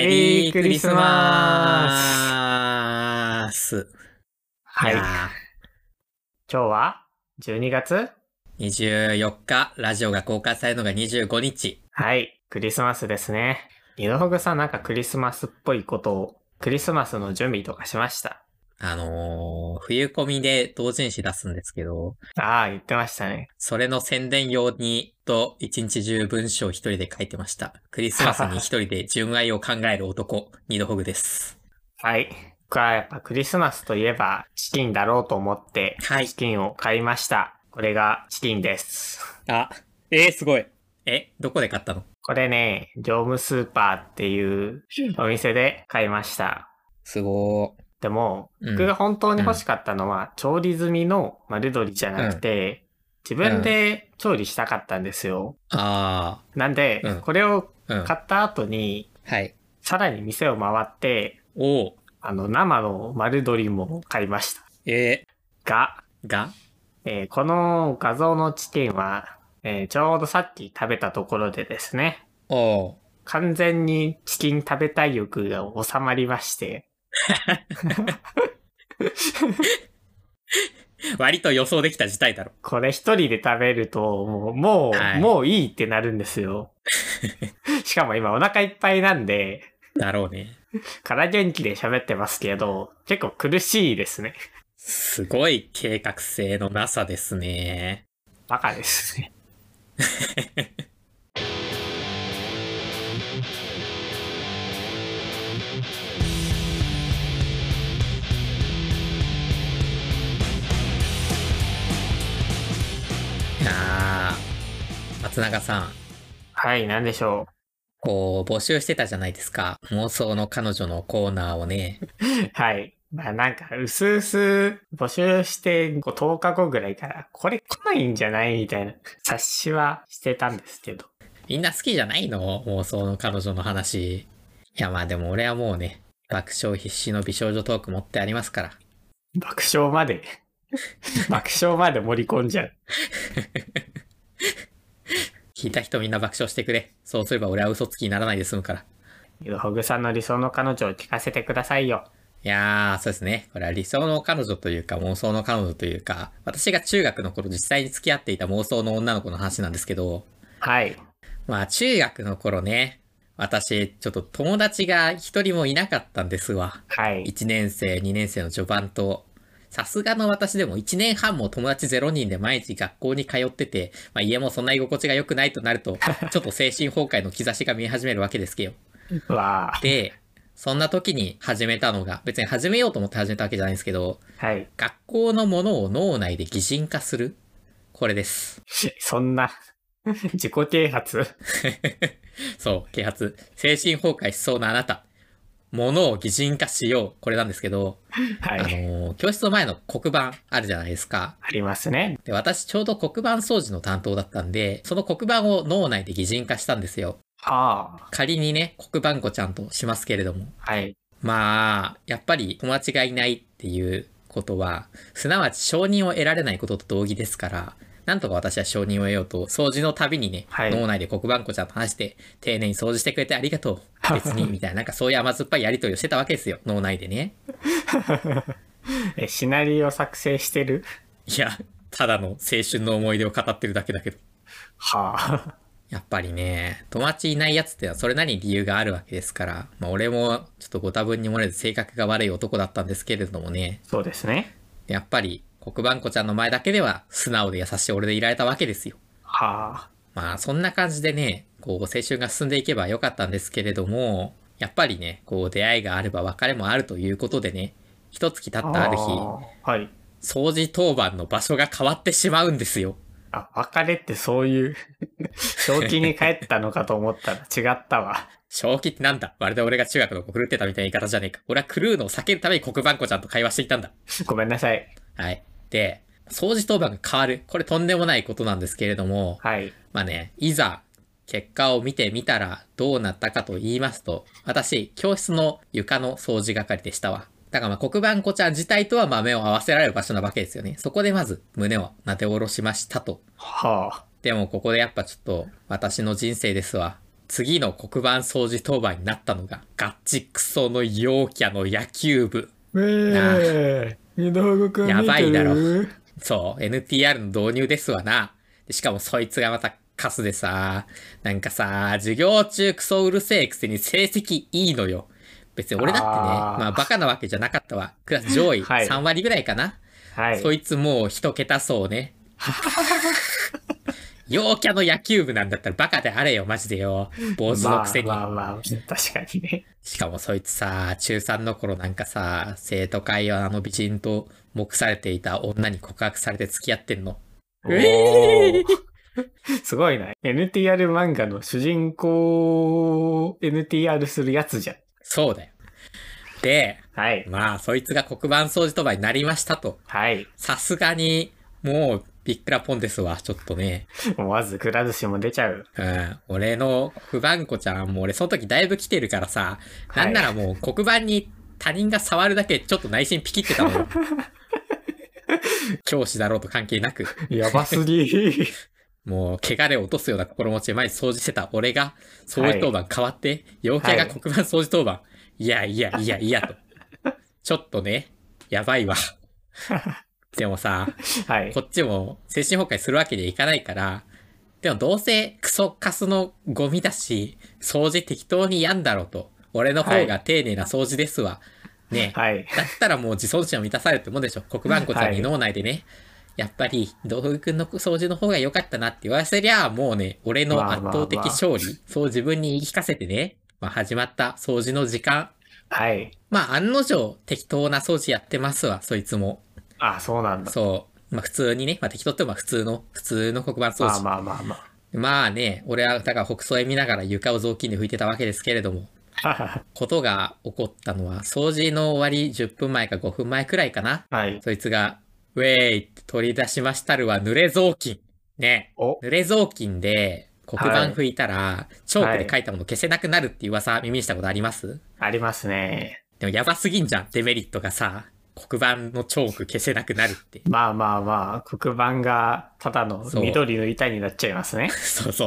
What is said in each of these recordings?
メリークリスマス。 はい。 や今日は12月 24日、ラジオが公開されるのが25日。 はい。クリスマスですね。ニドホグさんなんかクリスマスっぽいことを、クリスマスの準備とかしました？ 冬コミで同人誌出すんですけど、 ああ、言ってましたね。 それの宣伝用に一日中文章を一人で書いてました。クリスマスに一人で純愛を考える男、ニドホグです。 はい。僕はやっぱクリスマスといえばチキンだろうと思って、 はい。 チキンを買いました。これがチキンです。 すごい。どこで買ったの？ これね、業務スーパーっていうお店で買いました。 すごー。 でも、僕が本当に欲しかったのは、調理済みの丸鶏じゃなくて、自分で調理したかったんですよ。なんで、これを買った後に、 はい。 さらに店を回って、生の丸鶏も買いました。この画像のチキンは、ちょうどさっき食べたところでですね、完全にチキン食べたい欲が収まりまして、 割と予想できた事態だろ。 これ一人で食べると、もういいってなるんですよ。しかも今お腹いっぱいなんで、 だろうね。 から元気で喋ってますけど、結構苦しいですね。 すごい計画性のなさですね。 バカですね。 いやー、松永さん。 はい、なんでしょ募集してたじゃないですか。妄想の彼女のコーナーをね。 う。はい。なんか、うすうす募集して10日後ぐらいから、これ来ないんじゃないみたいな察しはしてたんですけど。 みんな好きじゃないの？妄想の彼女の話。いや、まあでも俺はもうね、爆笑必至の美少女トーク持ってありますから。 爆笑まで盛り込んじゃう。 聞いた人みんな爆笑してくれ。そうすれば俺は嘘つきにならないで済むから。 ホグさんの理想の彼女を聞かせてくださいよ。 いやー、そうですね。これは理想の彼女というか妄想の彼女というか、私が中学の頃実際に付き合っていた妄想の女の子の話なんですけど、 はい。 まあ中学の頃ね、私ちょっと友達が一人もいなかったんですわ。 はい。 1年生、2年生の序盤と、さすがの私でも1年半も友達0人で毎日学校に通ってて、まあ家もそんな居心地が良くないとなると、ちょっと精神崩壊の兆しが見え始めるわけですけど。 わで、そんな時に始めたのが、別に始めようと思って始めたわけじゃないんですけど、 はい。 学校のものを脳内で擬人化する。これです。 そんな、自己啓発そう、啓発。精神崩壊しそうなあなた。ものを擬人化しよう。これなんですけど、 はい。 教室の前の黒板あるじゃないですか。 ありますね。 で、私ちょうど黒板掃除の担当だったんで、その黒板を脳内で擬人化したんですよ。 はあ。 仮にね、黒板子ちゃんとしますけれども。 はい。 まあ、やっぱり友達がいないっていうことは、すなわち承認を得られないことと同義ですから、なんとか私は承認を得ようと、掃除のたびにね、 はい。 脳内で黒板子ちゃんと話して、丁寧に掃除してくれてありがとう。別に、みたいな、なんかそういう甘酸っぱいやりとりをしてたわけですよ、脳内でね。 シナリオ作成してる？ いや、ただの青春の思い出を語ってるだけだけど。 はあ。 やっぱりね、友達いないやつってのはそれなりに理由があるわけですから、まあ俺もちょっとご多分に漏れず性格が悪い男だったんですけれどもね。 そうですね。 やっぱり黒板子ちゃんの前だけでは素直で優しい俺でいられたわけですよ。 はあ。 まあそんな感じでね、青春が進んでいけばよかったんですけれども、やっぱりね、出会いがあれば別れもあるということでね、一月経ったある日、 はい。 掃除当番の場所が変わってしまうんですよ。 別れってそういう正気に帰ったのかと思ったら違ったわ。 正気ってなんだ？まるで俺が中学の子狂ってたみたいな言い方じゃねえか。俺は狂うのを避けるために黒板子ちゃんと会話していたんだ。 ごめんなさい。 はい。で、掃除当番が変わる。これとんでもないことなんですけれども、 はい。 まあね、いざ結果を見てみたらどうなったかと言いますと、私、教室の床の掃除係でしたわ。だからまあ黒板子ちゃん自体とはまあ目を合わせられる場所なわけですよね。そこでまず胸をなで下ろしましたと。 はあ。 でもここでやっぱちょっと私の人生ですわ。 次の黒板掃除当番になったのが、ガッチクソの陽キャの野球部。 みどぐくん見てる？ やばいだろ。そう、NTR の導入ですわな。しかもそいつがまたカスでさ、なんかさ、授業中クソうるせえくせに成績いいのよ。別に俺だってね、まあバカなわけじゃなかったわ。クラス上位3割ぐらいかな。はい。そいつもう一桁層ね。陽キャの野球部なんだったらバカであれよ、マジでよ。坊主のくせに。 まあ、確かにね。 しかもそいつさ、中3の頃なんかさ、生徒会は美人と目されていた女に告白されて付き合ってんの。 すごいな。NTR 漫画の主人公 NTR するやつじゃん。 そうだよ。で、 はい。 まあ、そいつが黒板掃除当番になりましたと。 はい。 さすがに、もう、びっくらポンですわ、ちょっとね。 思わずくら寿司も出ちゃう。 うん。俺の不番子ちゃんも俺その時だいぶ来てるからさ、はい、なんならもう黒板に他人が触るだけちょっと内心ピキってたのよ。教師だろうと関係なく。 やばすぎ。 もう、汚れを落とすような心持ちで前に掃除してた俺が、掃除当番変わって、陽キャが黒板掃除当番。いやと。ちょっとね、やばいわ。でもさ、はい、こっちも精神崩壊するわけにはいかないから、でもどうせクソカスのゴミだし、掃除適当にやんだろうと。俺の方が丁寧な掃除ですわ。ね、はい、だったらもう自尊心を満たされるってもんでしょ。黒板子ちゃんに脳内でね。はい、やっぱり、道具くんの掃除の方が良かったなって言わせりゃ、もうね、俺の圧倒的勝利、そう自分に言い聞かせてね、まあ始まった掃除の時間。 はい。 まあ案の定適当な掃除やってますわ、そいつも。 あ、そうなんだ。 そう。まあ普通にね、まあ適当ってまあ普通の黒板掃除。 まあ。 まあね、俺はだから北総へ見ながら床を雑巾で拭いてたわけですけれども。ことが起こったのは、掃除の終わり10分前か5分前くらいかな。はい。そいつが、ウェーイって取り出しましたるは濡れ雑巾。ね。濡れ雑巾で黒板拭いたら、チョークで書いたもの消せなくなるっていう噂耳にしたことあります？ ありますね。 でもやばすぎんじゃん、デメリットがさ。黒板のチョーク消せなくなるって。 まあ、黒板がただの緑の板になっちゃいますね。 そう。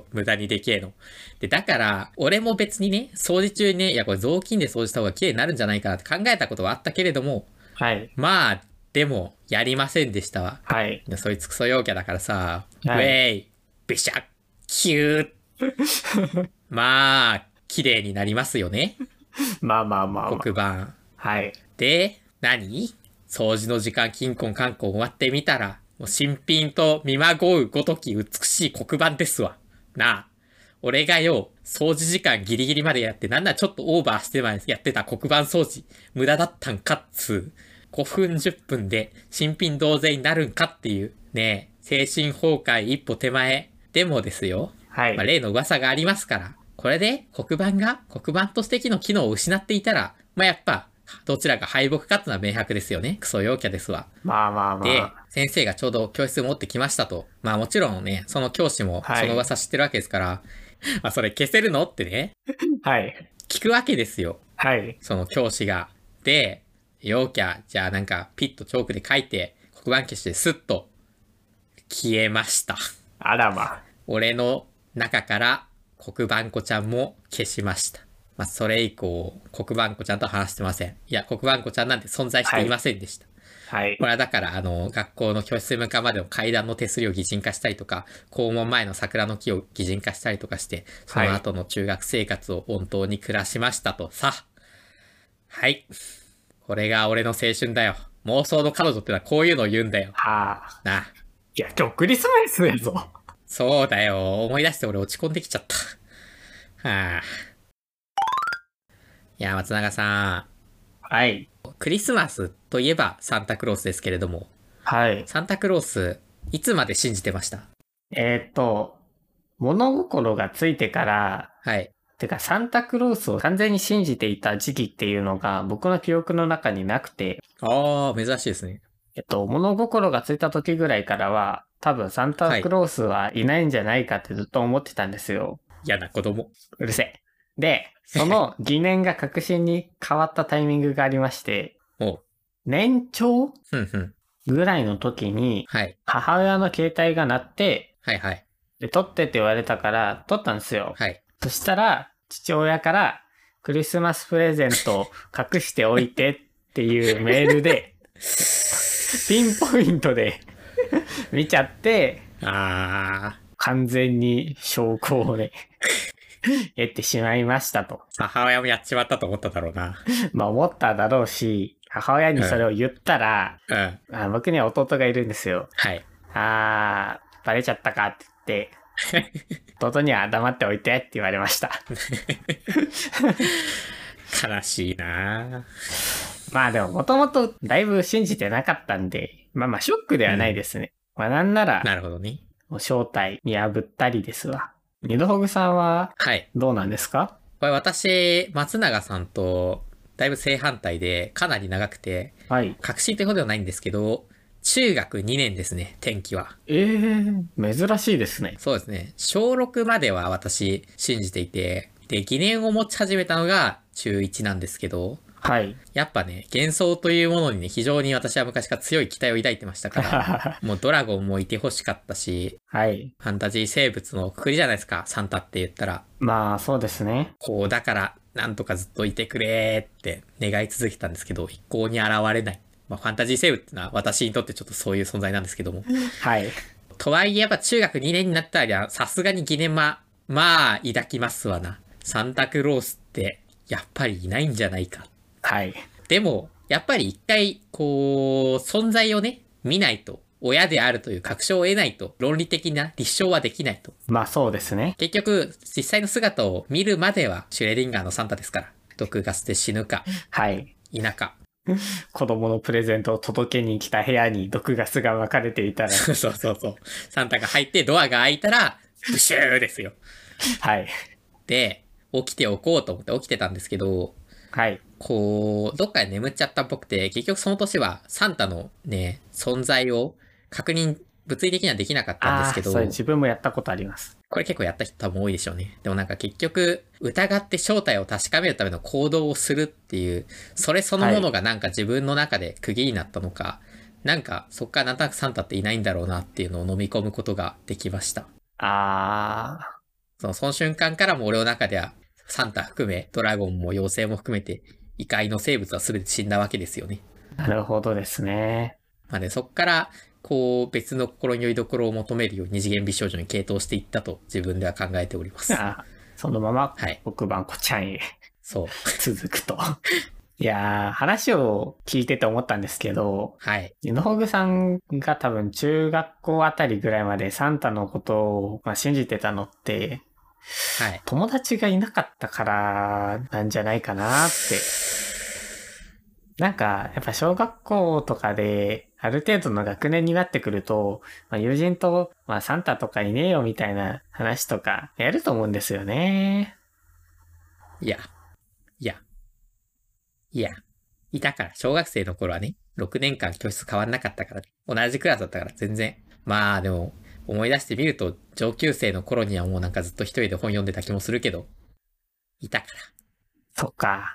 無駄にでけえの。で、だから、俺も別にね、掃除中にね、いやこれ雑巾で掃除した方が綺麗になるんじゃないかなって考えたことはあったけれども、はい。まあ、でも、やりませんでしたわ。はい。そいつクソ陽キャだからさ、はい、ウェイ、ビシャッ、キューまあ、綺麗になりますよね。 まあ。 黒板。 はい。 で、何？掃除の時間、キンコンカンコン終わってみたら、もう新品と見まごうごとき美しい黒板ですわ。なあ。俺がよ、掃除時間ギリギリまでやって、なんならちょっとオーバーしてまでやってた黒板掃除、無駄だったんかっつう。5分10分で新品同然になるんかっていう、ねえ、精神崩壊一歩手前。でもですよ。はい。まあ、例の噂がありますから。これで黒板が黒板としての機能を失っていたら、まあ、やっぱ、どちらが敗北かってのは明白ですよね。クソ陽キャですわ。 まあ。 で、先生がちょうど教室持ってきましたと。まあもちろんね、その教師もその噂知ってるわけですから、はい、まあそれ消せるのってね。はい。聞くわけですよ。はい。その教師が。で、陽キャ、じゃあなんかピッとチョークで書いて、黒板消してスッと消えました。 あらま。 俺の中から黒板子ちゃんも消しました。まあ、それ以降、黒板子ちゃんと話してません。いや、黒板子ちゃんなんて存在していませんでした。はい。これはだから、学校の教室向かまでの階段の手すりを擬人化したりとか、校門前の桜の木を擬人化したりとかして、その後の中学生活を本当に暮らしましたとさ。はい。これが俺の青春だよ。妄想の彼女ってのはこういうのを言うんだよ。 はあ。なあ。いや、今日クリスマスやぞ。 そうだよ。思い出して俺落ち込んできちゃった。はあ。いや、松永さん。 はい。 クリスマスといえばサンタクロースですけれども。はい。サンタクロース、いつまで信じてました？ 物心がついてから、はい。てか、サンタクロースを完全に信じていた時期っていうのが僕の記憶の中になくて。 ああ、珍しいですね。 物心がついた時ぐらいからは、多分サンタクロースはいないんじゃないかってずっと思ってたんですよ。 嫌な子供。 うるせえ。で、その疑念が確信に変わったタイミングがありまして、年長ぐらいの時に、母親の携帯が鳴って、で、取ってって言われたから、取ったんですよ。はい。 そしたら、父親から、クリスマスプレゼント隠しておいてっていうメールで、ピンポイントで見ちゃって、完全に証拠をね、得てしまいましたと。 母親もやっちまったと思っただろうな。 まあ思っただろうし、母親にそれを言ったら、僕には弟がいるんですよ。 はい。 バレちゃったかって言って、弟には黙っておいてって言われました。 悲しいな。 まあでももともとだいぶ信じてなかったんで、まあショックではないですね。まあなんなら、 なるほどね。 正体見破ったりですわ。二度ほぐさんは、どうなんですか？ これ私、松永さんとだいぶ正反対でかなり長くて、確信ということではないんですけど、中学2年ですね、転機は。 珍しいですね。 そうですね。小6までは私信じていて、で、疑念を持ち始めたのが中1なんですけど、やっぱね、幻想というものにね、非常に私は昔から強い期待を抱いてましたから、もうドラゴンもいて欲しかったし、ファンタジー生物のくくりじゃないですか、サンタって言ったら。 まあ、そうですね。 こう、だから、なんとかずっといてくれーって願い続けたんですけど、一向に現れない。まあ、ファンタジー生物ってのは私にとってちょっとそういう存在なんですけども。とはいえ、やっぱ中学2年になったら、さすがに疑念まあ、抱きますわな。サンタクロースって、やっぱりいないんじゃないか。でも、やっぱり一回、こう、存在をね、見ないと、親であるという確証を得ないと、論理的な立証はできないと。 まあそうですね。 結局、実際の姿を見るまでは、シュレディンガーのサンタですから。毒ガスで死ぬか。否か。 子供のプレゼントを届けに来た部屋に毒ガスが巻かれていたら。 そう。サンタが入ってドアが開いたら、ブシューですよ。で、起きておこうと思って起きてたんですけど、こう、どっかで眠っちゃったっぽくて、結局その年はサンタのね、存在を確認、物理的にはできなかったんですけど。 それ自分もやったことあります。 これ結構やった人多分多いでしょうね。でもなんか結局、疑って正体を確かめるための行動をするっていう、それそのものがなんか自分の中で区切りになったのか、なんかそっからなんとなくサンタっていないんだろうなっていうのを飲み込むことができました。その瞬間からも俺の中では、サンタ含め、ドラゴンも妖精も含めて、異界の生物は全て死んだわけですよね。 なるほどですね。 まあね、そっから、こう、別の心によりどころを求めるように二次元美少女に傾倒していったと自分では考えております。 そのまま、黒板子ちゃんへ、続くと。いやー、話を聞いてて思ったんですけど、ユノホグさんが多分中学校あたりぐらいまでサンタのことを、信じてたのって、友達がいなかったからなんじゃないかなって。なんか、やっぱ小学校とかで、ある程度の学年になってくると、友人と、サンタとかいねえよみたいな話とかやると思うんですよね。 いたから、小学生の頃はね、6年間教室変わんなかったから、同じクラスだったから全然。まあでも、思い出してみると、上級生の頃にはもうなんかずっと一人で本読んでた気もするけど、いたから。 そっか。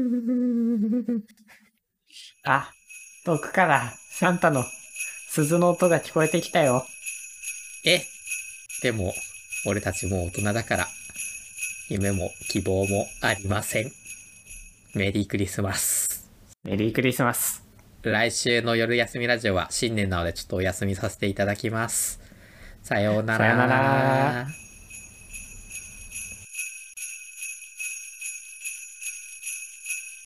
遠くからサンタの鈴の音が聞こえてきたよ。 でも、俺たちもう大人だから、夢も希望もありません。メリークリスマス。 メリークリスマス。 来週の夜休みラジオは新年なのでちょっとお休みさせていただきます。さようなら。 さようなら。